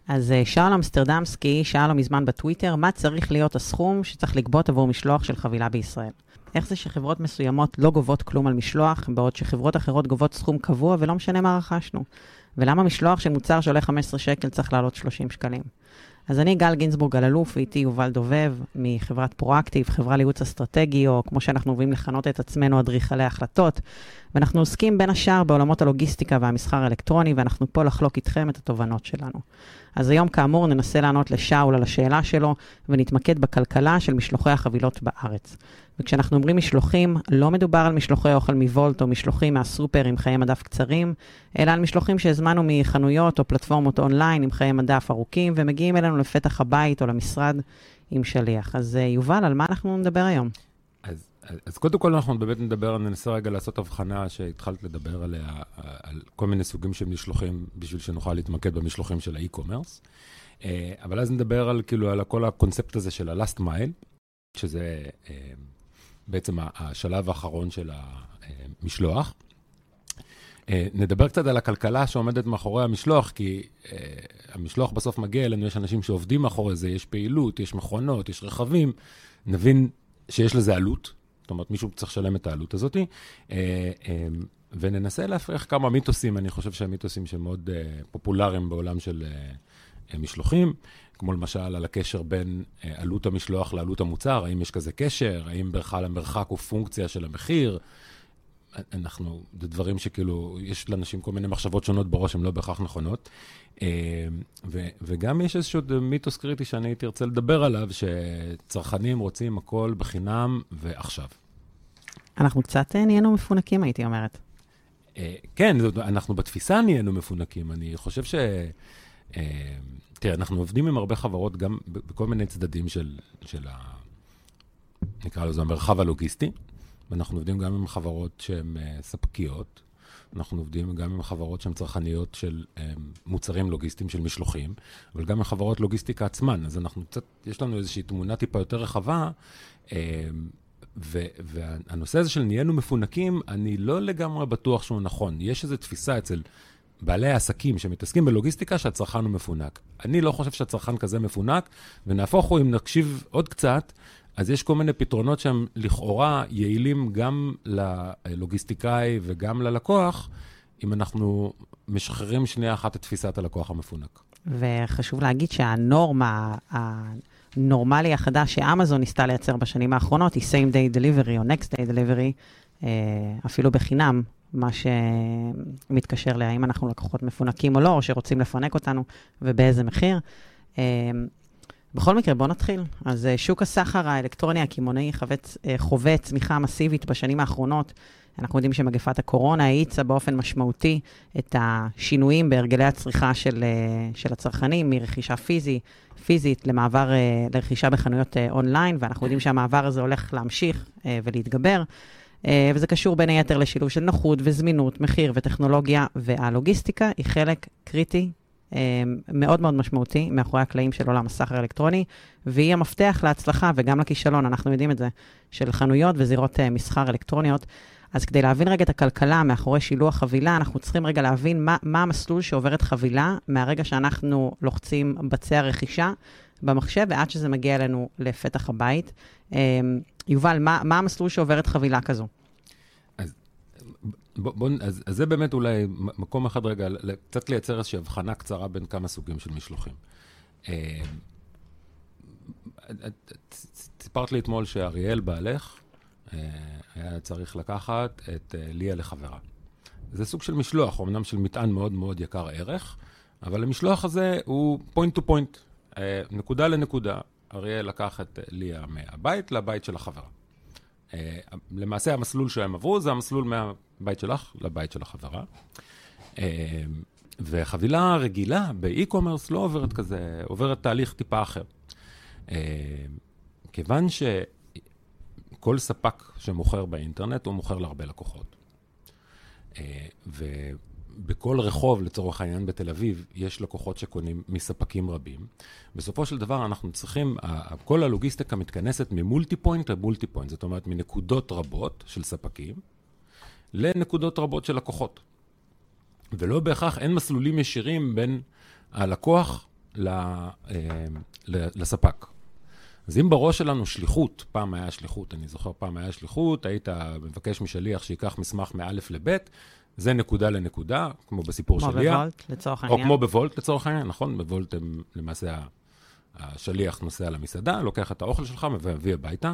אז שאול אמסטרדמסקי שאל לו מזמן בטוויטר, מה צריך להיות הסכום שצריך לגבות עבור משלוח של חבילה בישראל? איך זה שחברות מסוימות לא גובות כלום על משלוח, בעוד שחברות אחרות גובות סכום קבוע ולא משנה מה רכשנו? ולמה משלוח של מוצר שעולה 15 שקל צריך לעלות 30 שקלים? אז אני גל גינזבורג אללוף, ואיתי יובל דובב מחברת פרואקטיב, חברה לייעוץ אסטרטגי, או כמו שאנחנו אוהבים לכנות את עצמנו, אדריכלי החלטות. ואנחנו עוסקים בין השאר בעולמות הלוגיסטיקה והמסחר האלקטרוני, ואנחנו פה לחלוק איתכם את התובנות שלנו. אז היום כאמור ננסה לענות לשאול על השאלה שלו, ונתמקד בכלכלה של משלוחי החבילות בארץ. וכשאנחנו אומרים משלוחים, לא מדובר על משלוחי אוכל מוולט או משלוחים מהסופר עם חיי מדף קצרים, אלא על משלוחים שהזמנו מחנויות או פלטפורמות אונליין עם חיי מדף ארוכים, ומגיעים אלינו לפתח הבית או למשרד עם שליח. אז יובל, על מה אנחנו נדבר היום? אז קודם כל אנחנו באמת ננסה רגע לעשות הבחנה שהתחלת לדבר עליה, על כל מיני סוגים של משלוחים, בשביל שנוכל להתמקד במשלוחים של האי-קומרס. אבל אז נדבר על, כאילו, על כל הקונספט הזה של ה-last mile, שזה בעצם השלב האחרון של המשלוח. נדבר קצת על הכלכלה שעומדת מאחורי המשלוח, כי המשלוח בסוף מגיע אלינו, יש אנשים שעובדים מאחורי זה, יש פעילות, יש מכונות, יש רכבים, נבין שיש לזה עלות, זאת אומרת, מישהו צריך לשלם את העלות הזאת, וננסה להפריך כמה מיתוסים, אני חושב שהמיתוסים שמאוד פופולריים בעולם של משלוחים, כמו למשל על הקשר בין עלות המשלוח לעלות המוצר, האם יש כזה קשר, האם בכלל המרחק הוא פונקציה של המחיר, זה דברים שכאילו, יש לאנשים כל מיני מחשבות שונות בראש, הן לא בהכרח נכונות, וגם יש איזשהו מיתוס קריטי שאני הייתי רוצה לדבר עליו, שצרכנים רוצים הכל בחינם ועכשיו. אנחנו קצת נהיינו מפונקים, הייתי אומרת. כן, אנחנו בתפיסה נהיינו מפונקים. אני חושב תראה, אנחנו עובדים עם הרבה חברות, גם בכל מיני צדדים של נקרא לזה, המרחב הלוגיסטי, ואנחנו עובדים גם עם חברות שהן ספקיות, אנחנו עובדים גם עם חברות שהן צרכניות של מוצרים לוגיסטיים של משלוחים, אבל גם עם חברות לוגיסטיקה עצמן. אז יש לנו איזושהי תמונה טיפה יותר רחבה, והנושא הזה של נהיינו מפונקים, אני לא לגמרי בטוח שהוא נכון. יש איזו תפיסה אצל בעלי העסקים שמתעסקים בלוגיסטיקה שהצרכן הוא מפונק. אני לא חושב שהצרכן כזה מפונק, ונהפוך הוא, אם נקשיב עוד קצת, אז יש כל מיני פתרונות שהם לכאורה יעילים גם ללוגיסטיקאי וגם ללקוח, אם אנחנו משחררים שנייה אחת את תפיסת הלקוח המפונק. וחשוב להגיד הנורמלי החדש שאמזון ניסתה לייצר בשנים האחרונות, היא same day delivery או next day delivery, אפילו בחינם, מה שמתקשר להאם אנחנו לקוחות מפונקים או לא, או שרוצים לפנק אותנו, ובאיזה מחיר. בכל מקרה, בוא נתחיל. אז שוק הסחר האלקטרוני הקמעונאי חווה צמיחה מסיבית בשנים האחרונות. אנחנו יודעים שמגפת הקורונה האיצה באופן משמעותי את השינויים בהרגלי הצריכה של הצרכנים, מרכישה פיזית למעבר לרכישה בחנויות אונליין, ואנחנו יודעים שהמעבר הזה הולך להמשיך ולהתגבר, וזה קשור בין היתר לשילוב של נוחות וזמינות, מחיר וטכנולוגיה, והלוגיסטיקה היא חלק קריטי, מאוד מאוד משמעותי מאחורי הקלעים של עולם הסחר האלקטרוני, והיא המפתח להצלחה וגם לכישלון, אנחנו יודעים את זה, של חנויות וזירות מסחר אלקטרוניות. אז כדי להבין רגע את הכלכלה מאחורי שילוח חבילה, אנחנו צריכים רגע להבין מה המסלול שעוברת חבילה מהרגע שאנחנו לוחצים בצע רכישה במחשב, ועד שזה מגיע אלינו לפתח הבית. יובל, מה המסלול שעוברת חבילה כזו? אז זה באמת אולי מקום אחד רגע, קצת לייצר איזושהי הבחנה קצרה בין כמה סוגים של משלוחים. סיפרת לי אתמול שאריאל בעלך, היה צריך לקחת את ליה לחברה. זה סוג של משלוח, אמנם של מטען מאוד מאוד יקר ערך, אבל המשלוח הזה הוא point to point, נקודה לנקודה. אריאל לקח את ליה מהבית לבית של החברה. למעשה המסלול שהם עברו זה המסלול מהבית שלך לבית של החברה. וחבילה רגילה באי-קומרס לא עוברת כזה, עוברת תהליך טיפה אחר. כיוון שכל ספק שמוכר באינטרנט הוא מוכר להרבה לקוחות. ובכל רחוב לצורך העניין בתל אביב יש לקוחות שקונים מספקים רבים. בסופו של דבר אנחנו צריכים, כל הלוגיסטיקה מתכנסת ממולטי פוינט למולטי פוינט, זאת אומרת מנקודות רבות של ספקים לנקודות רבות של לקוחות. ולא בהכרח אין מסלולים ישירים בין הלקוח לספק. אז אם בראש שלנו שליחות, פעם היה שליחות, אני זוכר פעם היה שליחות, היית מבקש משליח שיקח מסמך מאלף לבית, זה נקודה לנקודה, כמו בסיפור שליח. כמו בוולט, לצורך העניין. או כמו בוולט, לצורך העניין, נכון? בוולט הם למעשה השליח נוסע למסעדה, לוקח את האוכל שלך ומביא הביתה.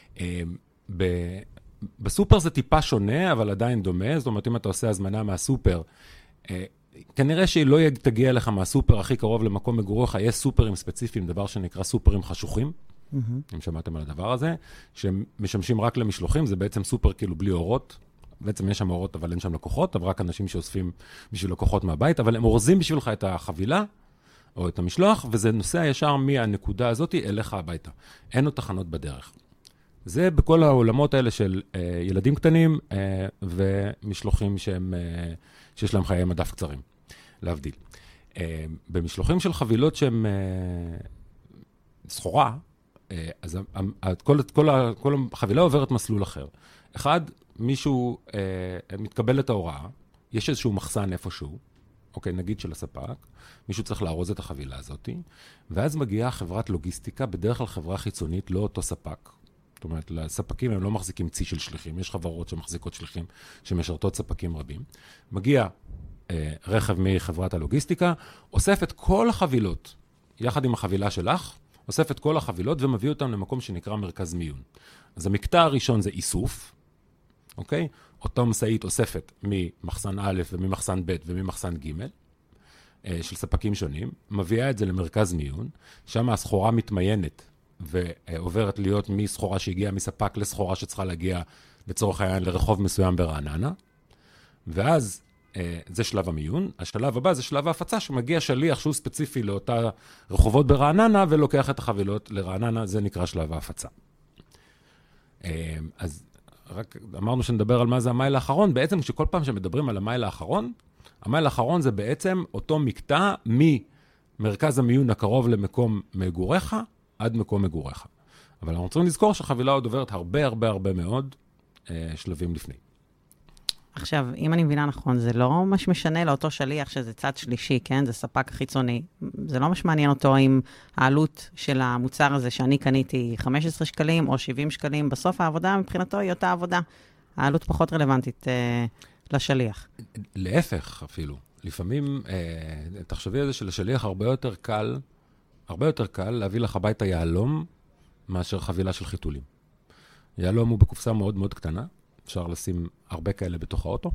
בסופר זה טיפה שונה, אבל עדיין דומה. זאת אומרת, אם אתה עושה הזמנה מהסופר, כנראה שהיא לא תגיע לך מהסופר הכי קרוב למקום מגוריך, יש סופרים ספציפיים, דבר שנקרא סופרים חשוכים. אם שמעתם על הדבר הזה, שמשמשים רק למשלוחים, זה בעצם סופר כאילו בלי אורות. בעצם יש שם אורות, אבל אין שם לקוחות, אבל רק אנשים שאוספים בשביל לקוחות מהבית, אבל הם אורזים בשבילך את החבילה, או את המשלוח, וזה נוסע ישר מהנקודה הזאת אליך הביתה. אין עוד תחנות בדרך. זה בכל העולמות האלה של ילדים קטנים ומשלוחים שיש להם חיי מדף קצרים, להבדיל. במשלוחים של חבילות שהן סחורה, אז כל החבילה עוברת מסלול אחר. אחד, מישהו מתקבל את ההוראה, יש איזשהו מחסן איפשהו, אוקיי, נגיד של הספק, מישהו צריך לארוז את החבילה הזאת, ואז מגיעה חברת לוגיסטיקה, בדרך כלל חברה חיצונית, לא אותו ספק. זאת אומרת, לספקים הם לא מחזיקים צי של שליחים, יש חברות שמחזיקות שליחים שמשרתות ספקים רבים. מגיע רכב מחברת הלוגיסטיקה, אוסף את כל החבילות, יחד עם החבילה שלך, אוסף את כל החבילות ומביא אותם למקום שנקרא מרכז מיון. אז המקטע הראשון זה איסוף, אוקיי? אותו משאית אוספת ממחסן א' וממחסן ב' וממחסן ג' של ספקים שונים, מביאה את זה למרכז מיון, שם הסחורה מתמיינת ועוברת להיות מסחורה שהגיעה מספק לסחורה שצריכה להגיע לצורך העניין לרחוב מסוים ברעננה, ואז זה שלב המיון. השלב הבא זה שלב ההפצה, שמגיע שליח שהוא ספציפי לאותה רחובות ברעננה ולוקח את החבילות לרעננה, זה נקרא שלב ההפצה. אז רק אמרנו שנדבר על מה זה המייל האחרון, בעצם כשכל פעם שמדברים על המייל האחרון, המייל האחרון זה בעצם אותו מקטע ממרכז המיון הקרוב למקום מגוריך עד מקום מגוריך. אבל אנחנו צריכים לזכור שהחבילה עוד עוברת הרבה מאוד שלבים לפני. עכשיו, אם אני מבינה נכון, זה לא ממש משנה לאותו שליח שזה צד שלישי, כן? זה ספק חיצוני. זה לא ממש מעניין אותו אם העלות של המוצר הזה שאני קניתי 15 שקלים או 70 שקלים, בסוף העבודה מבחינתו היא אותה עבודה. העלות פחות רלוונטית לשליח. להפך אפילו. לפעמים, תחשבי על זה שלשליח הרבה יותר קל להביא לך הביתה יהלום מאשר חבילה של חיתולים. יהלום הוא בקופסה מאוד מאוד קטנה, אפשר לשים הרבה כאלה בתוך האוטו,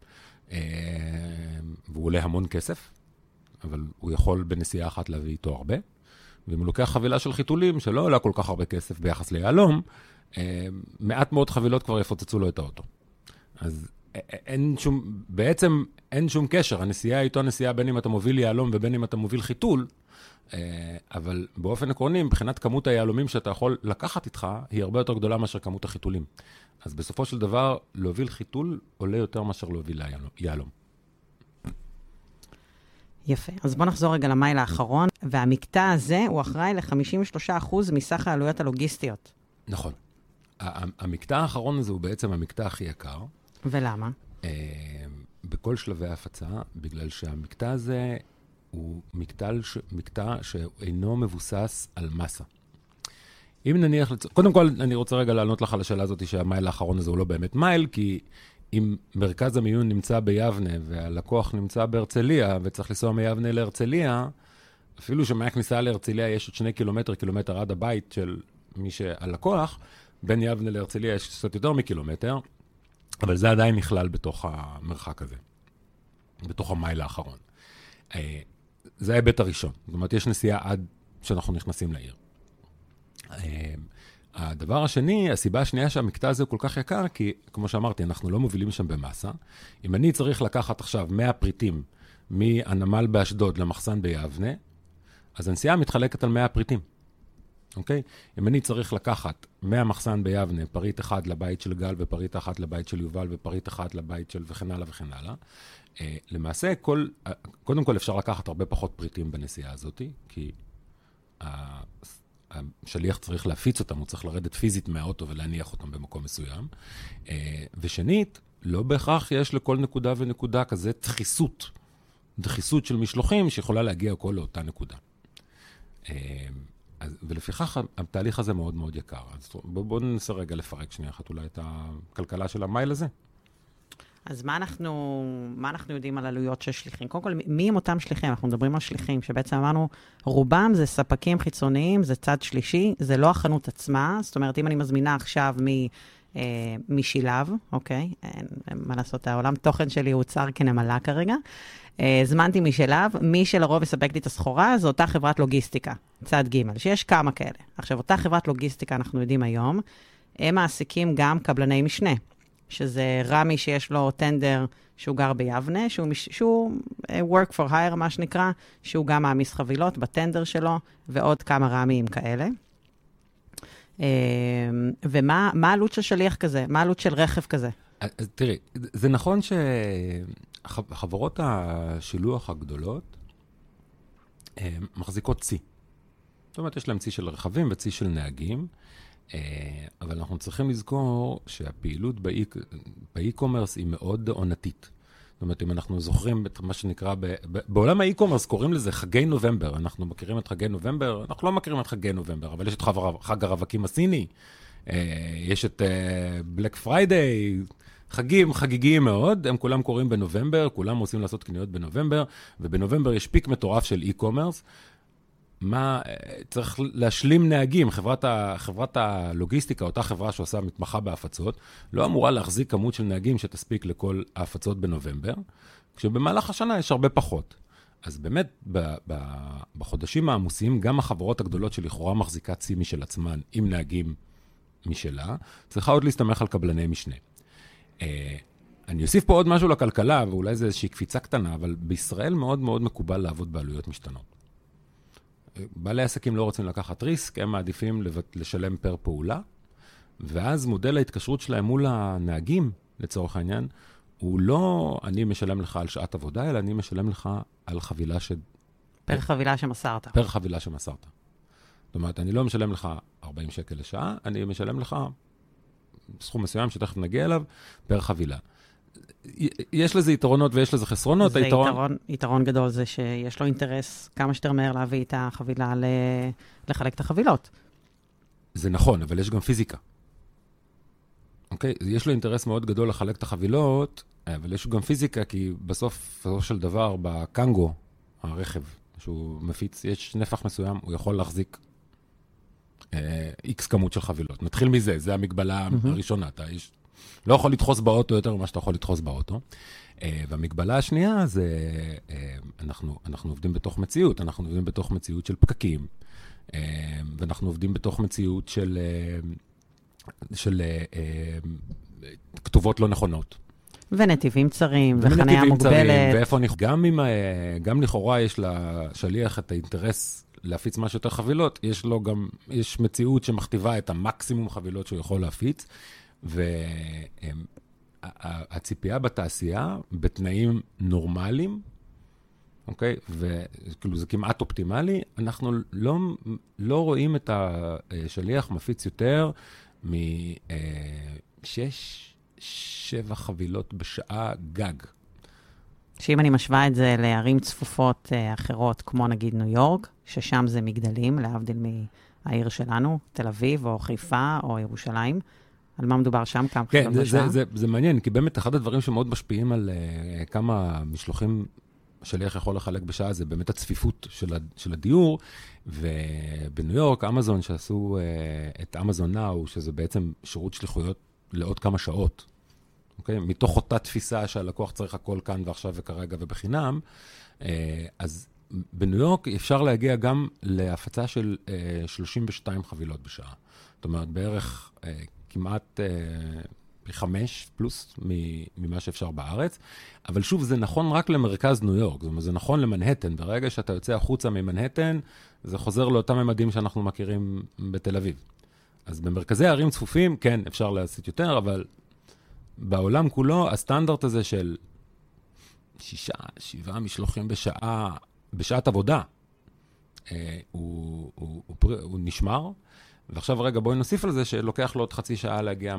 והוא עולה המון כסף, אבל הוא יכול בנסיעה אחת להביא איתו הרבה, ואם הוא לוקח חבילה של חיתולים שלא עולה כל כך הרבה כסף ביחס ליהלום, מעט מאוד חבילות כבר יפוצצו לו את האוטו. אז בעצם אין שום קשר, הנסיעה איתו נסיעה בין אם אתה מוביל יהלום ובין אם אתה מוביל חיתול, אבל באופן עקרוני, מבחינת כמות היהלומים שאתה יכול לקחת איתך, היא הרבה יותר גדולה מאשר כמות החיתולים. אז בסופו של דבר, להוביל חיתול עולה יותר מאשר להוביל יהלום. יפה. אז בוא נחזור רגע למייל האחרון, והמקטע הזה הוא אחראי ל-53% מסך העלויות הלוגיסטיות. נכון. המקטע האחרון הזה הוא בעצם המקטע הכי יקר. ולמה? בכל שלבי ההפצה, בגלל שהמקטע הזה הוא מקטע שאינו מבוסס על מסה. אם נניח, קודם כל אני רוצה רגע לענות לך על השאלה הזאת שהמייל האחרון הזה הוא לא באמת מייל, כי אם מרכז המיון נמצא ביבנה והלקוח נמצא בהרצליה וצריך לנסוע מיבנה להרצליה, אפילו שמהכניסה להרצליה יש עוד 2 קילומטר עד הבית של מי שהלקוח, בין יבנה להרצליה יש קצת יותר מקילומטר, אבל זה עדיין נכלל בתוך המרחק הזה, בתוך המייל האחרון. זה ההיבט הראשון. זאת אומרת, יש נסיעה עד שאנחנו נכנסים לעיר. הדבר השני, הסיבה השנייה שהמקטע הזה הוא כל כך יקר, כי כמו שאמרתי, אנחנו לא מובילים שם במסה. אם אני צריך לקחת עכשיו 100 פריטים מהנמל באשדוד למחסן ביבנה, אז הנסיעה מתחלקת על 100 פריטים. אוקיי? אם אני צריך לקחת מהמחסן ביבנה פריט אחד לבית של גל ופריט אחד לבית של יובל ופריט אחד לבית של וכן הלאה וכן הלאה, למעשה, קודם כל אפשר לקחת הרבה פחות פריטים בנסיעה הזאת, כי השליח צריך להפיץ אותם, הוא צריך לרדת פיזית מהאוטו ולהניח אותם במקום מסוים. ושנית, לא בהכרח יש לכל נקודה ונקודה כזה דחיסות של משלוחים שיכולה להגיע הכל לאותה נקודה. ולפיכך התהליך הזה מאוד מאוד יקר. אז בואו ננסה רגע לפרק שנייה אחת אולי את הכלכלה של המייל הזה. אז מה אנחנו יודעים על עלויות של שליחים? קודם כל, מי הם אותם שליחים? אנחנו מדברים על שליחים, שבעצם אמרנו, רובם זה ספקים חיצוניים, זה צד שלישי, זה לא החנות עצמה. זאת אומרת, אם אני מזמינה עכשיו משילב, אוקיי? אין מה לעשות, העולם תוכן שלי הוא צר כנמלה כרגע. הזמנתי משילב, מי שלרוב יספק לי את הסחורה, זו אותה חברת לוגיסטיקה, צד ג', שיש כמה כאלה. עכשיו, אותה חברת לוגיסטיקה, אנחנו יודעים היום, הם מעסיקים גם קבלני משנה. שזה רמי שיש לו טנדר שהוא גר ביבנה, שהוא work for hire, מה שנקרא, שהוא גם מעמיס חבילות בטנדר שלו, ועוד כמה רמיים כאלה. ומה העלות של שליח כזה? מה העלות של רכב כזה? תראי, זה נכון שחברות השילוח הגדולות מחזיקות צי. זאת אומרת, יש להם צי של רכבים וצי של נהגים, אבל אנחנו צריכים לזכור שהפעילות באי-קומרס היא מאוד עונתית. זאת אומרת, אם אנחנו זוכרים את מה שנקרא, בעולם האי-קומרס קוראים לזה חגי נובמבר. אנחנו מכירים את חגי נובמבר, אנחנו לא מכירים את חגי נובמבר, אבל יש את חג הרווקים הסיני, יש את בלק פריידיי, חגים חגיגיים מאוד, הם כולם קוראים בנובמבר, כולם רוצים לעשות קניות בנובמבר, ובנובמבר יש פיק מטורף של אי-קומרס, צריך להשלים נהגים. חברת הלוגיסטיקה, אותה חברה שעושה מתמחה בהפצות, לא אמורה להחזיק כמות של נהגים שתספיק לכל ההפצות בנובמבר, כשבמהלך השנה יש הרבה פחות. אז באמת, בחודשים העמוסים, גם החברות הגדולות שלכאורה מחזיקה צי משל עצמן, עם נהגים משלה, צריכה עוד להסתמך על קבלני משנה. אני אוסיף פה עוד משהו לכלכלה, ואולי זה איזושהי קפיצה קטנה, אבל בישראל מאוד מאוד מקובל לעבוד בעלויות משתנות. בעלי עסקים לא רוצים לקחת ריסק, הם מעדיפים לשלם פר פעולה, ואז מודל ההתקשרות שלהם מול הנהגים, לצורך העניין, הוא לא אני משלם לך על שעת עבודה, אלא אני משלם לך על חבילה פר חבילה שמסרת. פר חבילה שמסרת. זאת אומרת, אני לא משלם לך 40 שקל לשעה, אני משלם לך סכום מסוים שתכף נגיע אליו, פר חבילה. יש לזה יתרונות ויש לזה חסרונות. זה יתרון גדול, זה שיש לו אינטרס כמה שיותר מהר להביא את החבילה, לחלק את החבילות. זה נכון, אבל יש גם פיזיקה. אוקיי? יש לו אינטרס מאוד גדול לחלק את החבילות, אבל יש גם פיזיקה, כי בסוף של דבר, בקנגו, הרכב שהוא מפיץ, יש נפח מסוים, הוא יכול להחזיק איקס כמות של חבילות. נתחיל מזה, זה המגבלה הראשונה. אתה לא יכול לדחוס באוטו יותר ממה שאתה יכול לדחוס באוטו. והמגבלה השנייה זה, אנחנו עובדים בתוך מציאות, אנחנו עובדים בתוך מציאות של פקקים, ואנחנו עובדים בתוך מציאות של כתובות לא נכונות. ונתיבים צרים, וחניה מוגבלת. גם לכאורה יש לשליח את האינטרס להפיץ משהו יותר חבילות, יש מציאות שמכתיבה את המקסימום חבילות שהוא יכול להפיץ, והציפייה בתעשייה, בתנאים נורמליים, אוקיי? וכאילו זה כמעט אופטימלי, אנחנו לא רואים את השליח מפיץ יותר מ6-7 חבילות בשעה גג. שאם אני משווה את זה לערים צפופות אחרות, כמו נגיד ניו יורק, ששם זה מגדלים, להבדיל מהעיר שלנו, תל אביב או חיפה או ירושלים, על מה מדובר שם? כמה כן, זה מעניין, כי באמת אחד הדברים שמאוד משפיעים על כמה משלוחים שליח יכול לחלק בשעה, זה באמת הצפיפות של הדיור, ובניו יורק, אמזון שעשו את אמזון נאו, שזה בעצם שירות שליחויות לעוד כמה שעות, אוקיי? מתוך אותה תפיסה שהלקוח צריך הכל כאן ועכשיו וכרגע ובחינם, אז בניו יורק אפשר להגיע גם להפצה של 32 חבילות בשעה. זאת אומרת, בערך כמעט פי 5 פלוס ממה שאפשר בארץ, אבל שוב, זה נכון רק למרכז ניו יורק, זאת אומרת, זה נכון למנהטן, ברגע שאתה יוצא החוצה ממנהטן, זה חוזר לאותם ממדים שאנחנו מכירים בתל אביב. אז במרכזי הערים צפופים, כן, אפשר לעשות יותר, אבל בעולם כולו, הסטנדרט הזה של 6-7 משלוחים בשעת עבודה, הוא נשמר, ועכשיו רגע בואי נוסיף על זה שלוקח לו עוד חצי שעה להגיע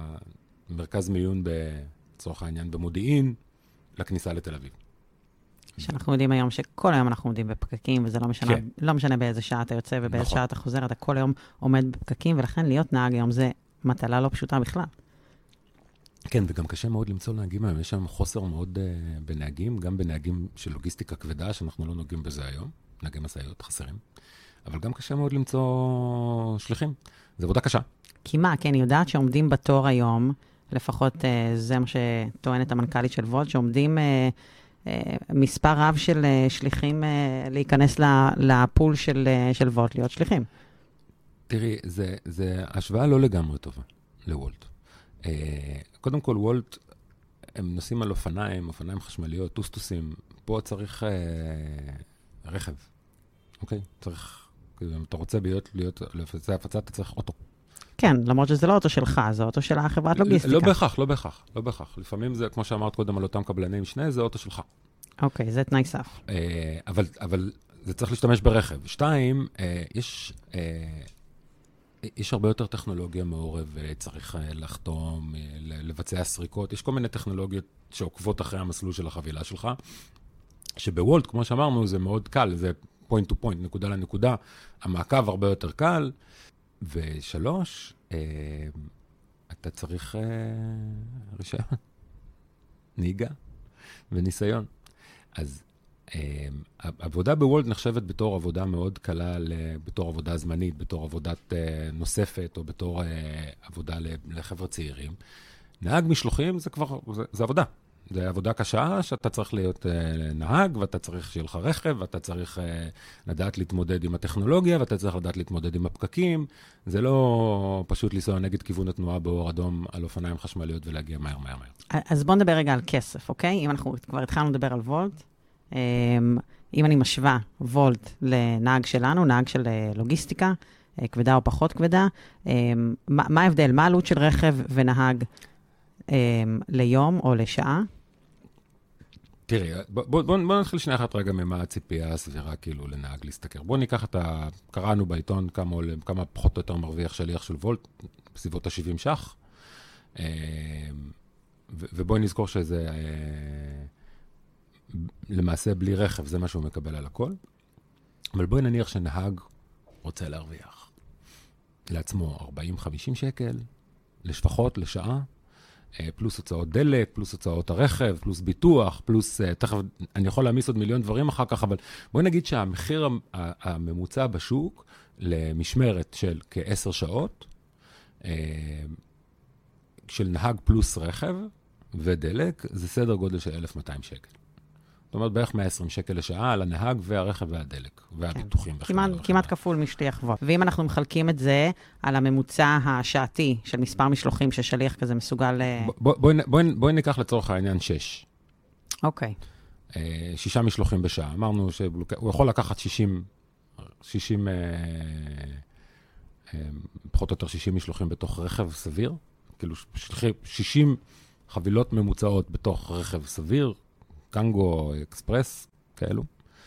מהמרכז מיון בצורך העניין במודיעין לכניסה לתל אביב. שאנחנו יודעים היום שכל היום אנחנו עומדים בפקקים, וזה לא משנה באיזה שעה אתה יוצא ובאיזה שעה אתה חוזר, אתה כל היום עומד בפקקים, ולכן להיות נהג היום זה מטלה לא פשוטה בכלל. כן, וגם קשה מאוד למצוא נהגים היום. יש שם חוסר מאוד בנהגים, גם בנהגים של לוגיסטיקה כבדה, שאנחנו לא נוגעים בזה היום. נהגי משאיות חסרים. אבל גם קשה מאוד למצוא שליחים. זו עבודה קשה. כי מה, כן, אני יודעת שעומדים בתור היום, לפחות זה מה שטוענת המנכ"לית של וולט, שעומדים מספר רב של שליחים להיכנס לפול של וולט, להיות שליחים. תראי, זה השוואה לא לגמרי טובה לוולט. קודם כל, וולט, הם נוסעים על אופניים חשמליות, טוסטוסים. פה צריך רכב. אוקיי? צריך, אם אתה רוצה לפצע הפצה, אתה צריך אוטו. כן, למרות שזה לא אוטו שלך, זה אוטו של החברת לוגיסטיקה. לא בהכרח. לפעמים זה, כמו שאמרת קודם על אותם קבלני משנה, זה אוטו שלך. אוקיי, זה תנאי סף. אבל זה צריך להשתמש ברכב. 2, יש הרבה יותר טכנולוגיה מעורב, צריך לחתום, לבצע סריקות. יש כל מיני טכנולוגיות שעוקבות אחרי המסלול של החבילה שלך, שבוולט, כמו שאמרנו, זה מאוד קל, זה point to point, נקודה לנקודה. המעקב הרבה יותר קל. 3, אתה צריך רישיון, נהיגה וניסיון. אז עבודה בוולט נחשבת בתור עבודה מאוד קלה, בתור עבודה זמנית, בתור עבודת נוספת, או בתור עבודה לחבר'ה צעירים. נהג משלוחים זה עבודה. זה עבודה קשה שאתה צריך להיות נהג, ואתה צריך שיהיה לך רכב, ואתה צריך לדעת להתמודד עם הטכנולוגיה, ואתה צריך לדעת להתמודד עם הפקקים. זה לא פשוט לנסוע נגד כיוון התנועה באור אדום על אופניים חשמליות ולהגיע מהר. אז בוא נדבר רגע על כסף, אוקיי? אם אנחנו כבר התחלנו לדבר על וולט, אם אני משווה וולט לנהג שלנו, נהג של לוגיסטיקה, כבדה או פחות כבדה, מה ההבדל? מה העלות של רכב ונהג ליום או לשעה? תראי, בוא נתחיל שנייה אחת רגע ממה הציפייה הסבירה כאילו לנהג להסתכר. בוא ניקח קראנו בעיתון כמה פחות או יותר מרוויח שליח של וולט, בסביבות ה-70 ש"ח, ובואי נזכור שזה למעשה בלי רכב, זה מה שהוא מקבל על הכל. אבל בואי נניח שנהג רוצה להרוויח לעצמו 40-50 שקל, לשפחות, לשעה, פלוס הוצאות דלק, פלוס הוצאות הרכב, פלוס ביטוח, פלוס, תכף, אני יכול להמיס עוד מיליון דברים אחר כך, אבל בואי נגיד שהמחיר הממוצע בשוק למשמרת של כ10 שעות, של נהג פלוס רכב ודלק, זה סדר גודל של 1,200 שקל. זאת אומרת, בערך 120 שקל לשעה על הנהג והרכב והדלק, והביטוחים. כמעט כפול משליח וולט. ואם אנחנו מחלקים את זה על הממוצע השעתי של מספר משלוחים ששליח כזה מסוגל... בואי ניקח לצורך העניין 6. אוקיי. 6 משלוחים בשעה. אמרנו שהוא יכול לקחת 60, פחות או יותר 60 משלוחים בתוך רכב סביר, כאילו 60 חבילות ממוצעות בתוך רכב סביר, קנגו, אקספרס, כאלו.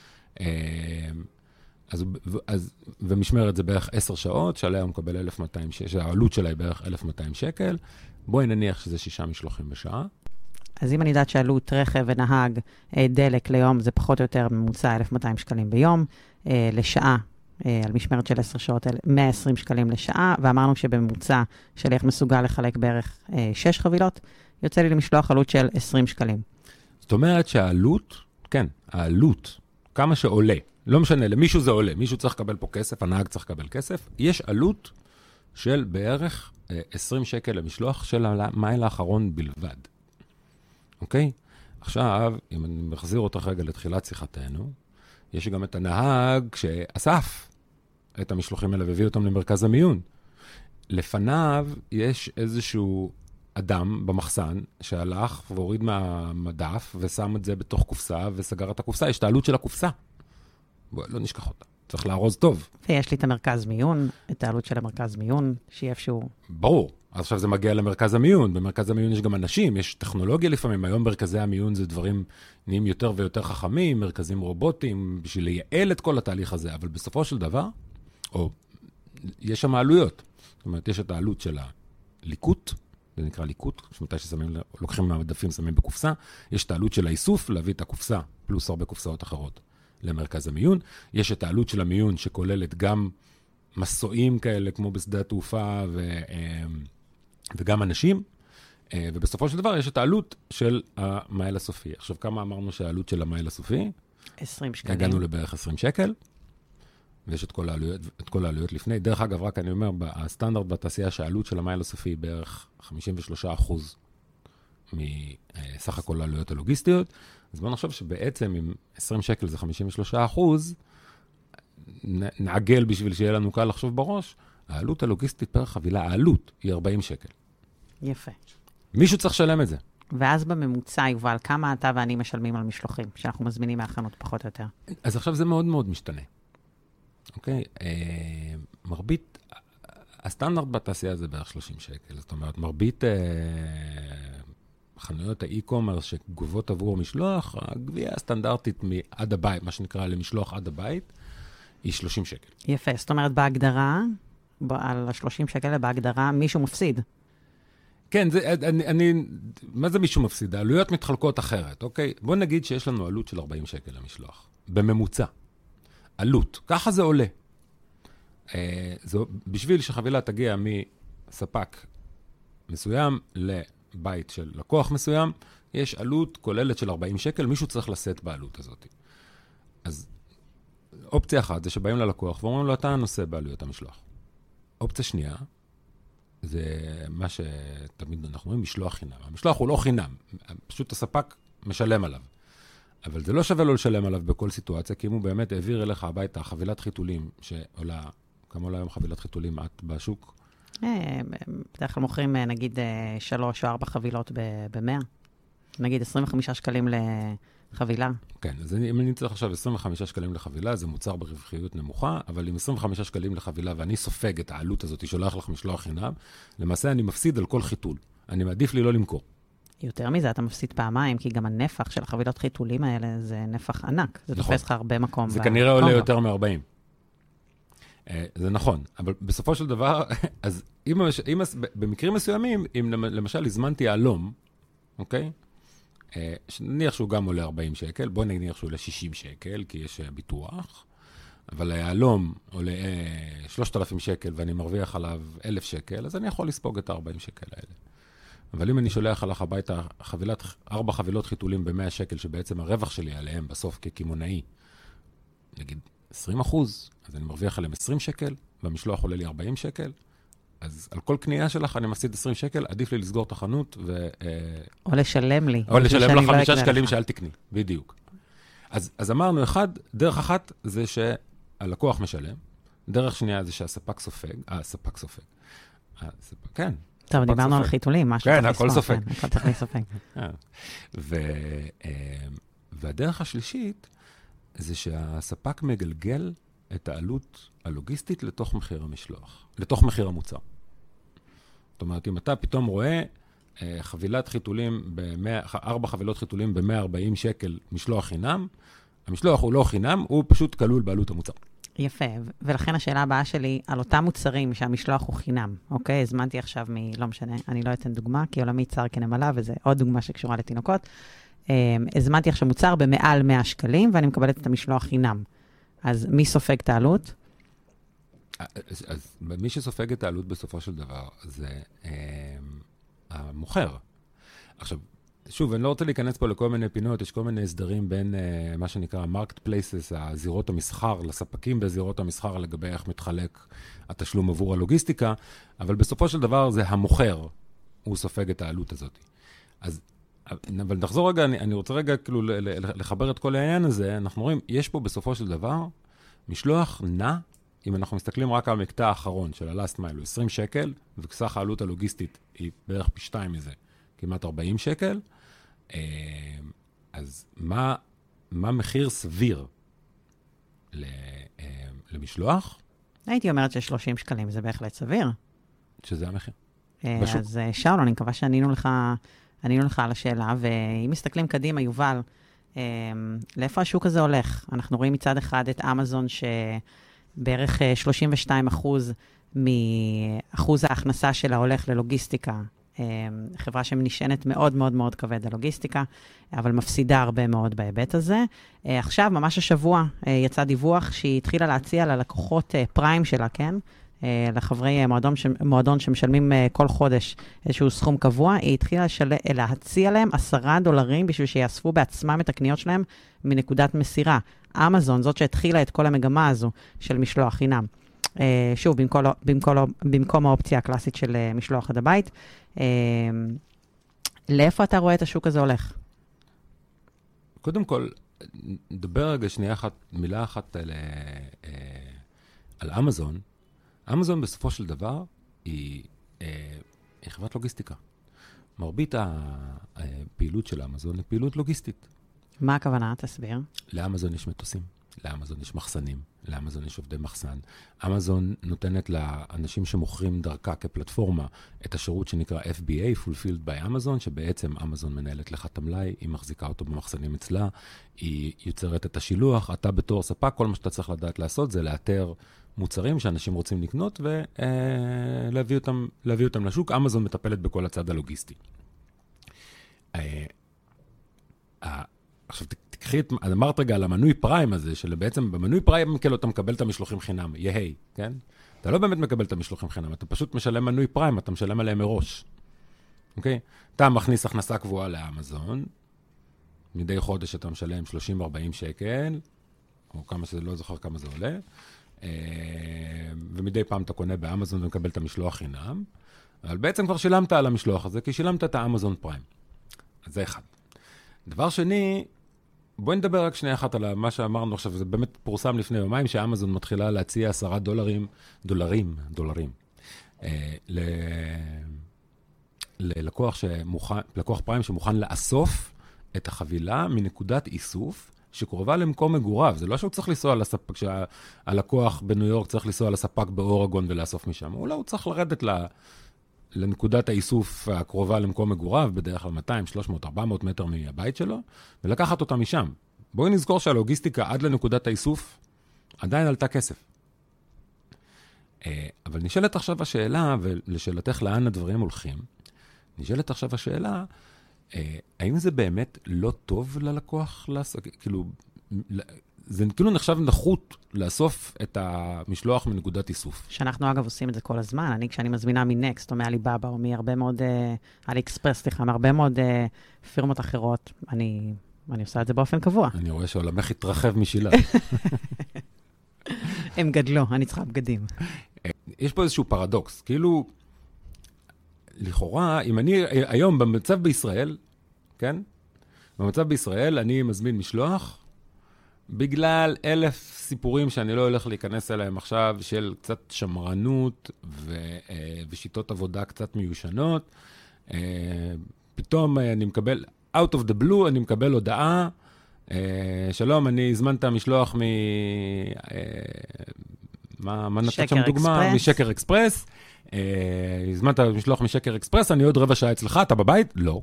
ומשמרת זה בערך 10 שעות, שעליה הוא מקבל 1,200 שקל, העלות שלה היא בערך 1,200 שקל. בואי נניח שזה 6 משלוחים בשעה. אז אם אני יודעת שעלות רכב ונהג דלק ליום, זה פחות או יותר ממוצע 1,200 שקלים ביום, לשעה, על משמרת של 10 שעות, 120 שקלים לשעה, ואמרנו שבממוצע שליח מסוגל לחלק בערך 6 חבילות, יוצא לי למשלוח עלות של 20 שקלים. זאת אומרת שהעלות, כן, העלות, כמה שעולה, לא משנה, למישהו זה עולה, מישהו צריך לקבל פה כסף, הנהג צריך לקבל כסף, יש עלות של בערך 20 שקל למשלוח של המייל האחרון בלבד. אוקיי? עכשיו, אם אני מחזיר אותך רגע לתחילת שיחתנו, יש גם את הנהג שאסף את המשלוחים האלה והביא אותם למרכז המיון. לפניו יש איזשהו אדם במחסן שהלך והוריד מהמדף ושם את זה בתוך קופסה וסגר את הקופסה. יש את העלות של הקופסה. בואי, לא נשכח אותה. צריך לארוז טוב. ויש לי את המרכז מיון, את העלות של המרכז מיון, שיהיה איפשהו... ברור. עכשיו זה מגיע למרכז המיון. במרכז המיון יש גם אנשים, יש טכנולוגיה לפעמים. היום מרכזי המיון זה דברים נהיים יותר ויותר חכמים, מרכזים רובוטיים, בשביל לייעל את כל התהליך הזה. אבל בסופו של דבר, יש שם העלויות. זאת אומרת, יש את העלות של הליקוט, זה נקרא ליקוט, שמתי לוקחים מהמדפים, שמים בקופסה, יש את העלות של האיסוף, להביא את הקופסה, פלוס הרבה קופסאות אחרות, למרכז המיון. יש את העלות של המיון, שכוללת גם מסועים כאלה, כמו בשדה התעופה, וגם אנשים, ובסופו של דבר יש את העלות של המייל הסופי. עכשיו, כמה אמרנו שהעלות של המייל הסופי? 20 שקלים. הגענו לבערך 20 שקל, ויש את כל העלויות לפני. דרך אגב, רק אני אומר, הסטנדרט בתעשייה שהעלות של המייל הסופי היא בערך 53% מסך הכל העלויות הלוגיסטיות. אז בוא נחשוב שבעצם אם 20 שקל זה 53%, נעגל בשביל שיהיה לנו קל לחשוב בראש, העלות הלוגיסטית פר חבילה, העלות היא 40 שקל. יפה. מישהו צריך לשלם את זה. ואז בממוצע, יובל, כמה אתה ואני משלמים על משלוחים, שאנחנו מזמינים מהחנות פחות או יותר? אז עכשיו זה מאוד מאוד משתנה. אוקיי? מרבית, הסטנדרט בתעשייה זה בערך 30 שקל. זאת אומרת, מרבית חנויות האי-קומרס שגובות עבור משלוח, הגבייה הסטנדרטית עד הבית, מה שנקרא למשלוח עד הבית, היא 30 שקל. יפה. זאת אומרת, בהגדרה, על ה-30 שקל, בהגדרה, מישהו מפסיד. כן, מה זה מישהו מפסיד? העלויות מתחלקות אחרת, אוקיי? בוא נגיד שיש לנו עלות של 40 שקל למשלוח, בממוצע. עלות, ככה זה עולה. בשביל שחבילה תגיע מספק מסוים לבית של לקוח מסוים, יש עלות כוללת של 40 שקל, מישהו צריך לשאת בעלות הזאת. אז אופציה אחת זה שבאים ללקוח ואומרים לו, אתה נושא בעלויות המשלוח. אופציה שנייה, זה מה שתמיד אנחנו אומרים, משלוח חינם. המשלוח הוא לא חינם, פשוט הספק משלם עליו. אבל זה לא שווה לו לשלם עליו בכל סיטואציה, כי אם הוא באמת העביר אליך הביתה חבילת חיתולים, שעולה, כמה עולה היום חבילת חיתולים את בשוק? בדרך כלל מוכרים נגיד 3 או 4 חבילות ב-100. נגיד 25 שקלים לחבילה. כן, אז אם אני צריך עכשיו 25 שקלים לחבילה, זה מוצר ברווחיות נמוכה, אבל עם 25 שקלים לחבילה, ואני סופג את העלות הזאת, שולח לך משלוח חינם, למעשה אני מפסיד על כל חיתול. אני מעדיף לי לא למכור. יותר מזה, אתה מפסיד פעמיים, כי גם הנפח של החבילות חיתולים האלה זה נפח ענק. זה תופס לך הרבה מקום. זה כנראה עולה יותר מ-40. זה נכון, אבל בסופו של דבר, אז במקרים מסוימים, אם למשל הזמנתי יהלום, אוקיי? נניח שהוא גם עולה 40 שקל, בוא נניח שהוא עולה 60 שקל, כי יש ביטוח, אבל היהלום עולה 3,000 שקל, ואני מרוויח עליו 1,000 שקל, אז אני יכול לספוג את ה-40 שקל האלה. אבל אם אני שולח עליך הביתה 4 חבילות חיתולים ב-100 שקל, שבעצם הרווח שלי עליהם בסוף ככימונאי, נגיד 20%, אז אני מרוויח עליהם 20 שקל, והמשלוח עולה לי 40 שקל, אז על כל קנייה שלך אני מפסיד 20 שקל, עדיף לי לסגור את החנות או לשלם לי. או לשלם לך 5 שקלים שאל תקני, בדיוק. אז אמרנו, דרך אחת זה שהלקוח משלם, דרך שנייה זה שהספק סופג, כן. טוב, דיברנו על חיתולים, משהו כן, הכל סופג. הכל צריך לסופג. והדרך השלישית זה שהספק מגלגל את העלות הלוגיסטית לתוך מחיר המשלוח, לתוך מחיר המוצר. זאת אומרת, אם אתה פתאום רואה חבילת חיתולים, 4 חבילות חיתולים ב-140 שקל משלוח חינם, המשלוח הוא לא חינם, הוא פשוט כלול בעלות המוצר. יפה, ולכן השאלה הבאה שלי, על אותם מוצרים שהמשלוח הוא חינם, אוקיי? הזמנתי עכשיו לא משנה, אני לא אתן דוגמה, כי עולמי צר כנמלה, וזה עוד דוגמה שקשורה לתינוקות. הזמנתי עכשיו מוצר במעל 100 שקלים, ואני מקבלת את המשלוח חינם. אז מי סופג את העלות? אז מי שסופג את העלות בסופו של דבר, זה המוכר. עכשיו, שוב, אני לא רוצה להיכנס פה לכל מיני פינות, יש כל מיני הסדרים בין מה שנקרא market places, הזירות המסחר, לספקים בזירות המסחר, לגבי איך מתחלק התשלום עבור הלוגיסטיקה, אבל בסופו של דבר זה המוכר, הוא סופג את העלות הזאת. אבל נחזור רגע, אני רוצה רגע כאילו לחבר את כל העניין הזה, אנחנו רואים, יש פה בסופו של דבר משלוח נע, אם אנחנו מסתכלים רק על המקטע האחרון של ה-last mile, הוא 20 שקל, וכסך העלות הלוגיסטית היא בערך פי 2 מזה, כמעט 40 שקל, אז מה מחיר סביר למשלוח? הייתי אומרת ש30 שקלים זה בהחלט סביר. שזה המחיר. אז שאול, אני מקווה שענינו לך על השאלה, ואם מסתכלים קדימה, יובל, לאיפה השוק הזה הולך? אנחנו רואים מצד אחד את אמזון שבערך 32% מאחוז ההכנסה שלה הולך ללוגיסטיקה חברה שנשענת מאוד מאוד מאוד כבד על לוגיסטיקה, אבל מפסידה הרבה מאוד בהיבט הזה. עכשיו, ממש השבוע, יצא דיווח שהיא התחילה להציע ללקוחות פריים שלה, כן? לחברי מועדון שמשלמים כל חודש איזשהו סכום קבוע, היא התחילה להציע להם $10 בשביל שיאספו בעצמם את הקניות שלהם מנקודת מסירה. אמזון, זאת שהתחילה את כל המגמה הזו של משלוח חינם. שוב, במקום האופציה הקלאסית של משלוח עד הבית. לאיפה אתה רואה את השוק הזה הולך? קודם כל, נדבר רגע שנייה אחת, מילה אחת על אמזון. אמזון בסופו של דבר היא חברת לוגיסטיקה. מרבית הפעילות של אמזון היא פעילות לוגיסטית. מה הכוונה? תסביר. לאמזון יש מטוסים, לאמזון יש מחסנים, לאמזון יש עובדי מחסן. אמזון נותנת לאנשים שמוכרים דרכה כפלטפורמה את השירות שנקרא FBA, Fulfilled by Amazon, שבעצם אמזון מנהלת לך את המלאי, היא מחזיקה אותו במחסנים אצלה, היא יוצרת את השילוח, אתה בתור ספק, כל מה שאתה צריך לדעת לעשות זה לאתר מוצרים שאנשים רוצים לקנות ולהביא אותם לשוק. אמזון מטפלת בכל הצד הלוגיסטי. עכשיו תקחי אמרת רגע על המנוי פריים הזה, שבעצם במנוי פריים כאילו אתה מקבל את המשלוחים חינם, יהי, כן? אתה לא באמת מקבל את המשלוחים חינם, אתה פשוט משלם מנוי פריים, אתה משלם עליהם מראש. אוקיי? אתה מכניס הכנסה קבועה לאמזון, מדי חודש אתה משלם 30-40 שקל, או כמה שזה לא זוכר כמה זה עולה, ומדי פעם אתה קונה באמזון ומקבל את המשלוח חינם, אבל בעצם כבר שילמת על המשלוח הזה, כי שילמת את האמזון פריים. אז זה אחד. דבר שני, בואי נדבר רק שנייה אחת על מה שאמרנו עכשיו, זה באמת פורסם לפני יומיים, שאמזון מתחילה להציע $10 ללקוח פריים שמוכן לאסוף את החבילה מנקודת איסוף, שקרובה למקום מגוריו. זה לא שהוא צריך לנסוע לספק, כשהלקוח בניו יורק צריך לנסוע לספק באורגון ולאסוף משם. אולי הוא צריך לרדת לנקודת האיסוף הקרובה למקום מגוריו, בדרך כלל 200, 300, 400 מטר מהבית שלו, ולקחת אותה משם. בואי נזכור שהלוגיסטיקה עד לנקודת האיסוף עדיין עלתה כסף. אבל נשאלת עכשיו השאלה, ולשאלתך לאן הדברים הולכים, נשאלת עכשיו השאלה, האם זה באמת לא טוב ללקוח לעשות, כאילו, זה כאילו נחשב נחות לאסוף את המשלוח מנקודת איסוף. שאנחנו אגב עושים את זה כל הזמן. כשאני מזמינה מנקסט או מאליבאבא או מהרבה מאוד, אלי אקספרס, סליחה, מהרבה מאוד פירמות אחרות, אני עושה את זה באופן קבוע. אני רואה שעולמך התרחב משילה. הם גדלו, אני צריכה בגדים. יש פה איזשהו פרדוקס, כאילו, לכאורה, אם אני היום במצב בישראל, כן? במצב בישראל אני מזמין משלוח, בגלל 1,000 סיפורים שאני לא הולך להיכנס אליהם עכשיו, של קצת שמרנות ושיטות עבודה קצת מיושנות, פתאום אני מקבל, out of the blue, אני מקבל הודעה, שלום, אני הזמנת משלוח מה נתת שם דוגמה? משקר אקספרס. הזמנת משלוח משקר אקספרס, אני עוד רבע שעה אצלך, אתה בבית? לא.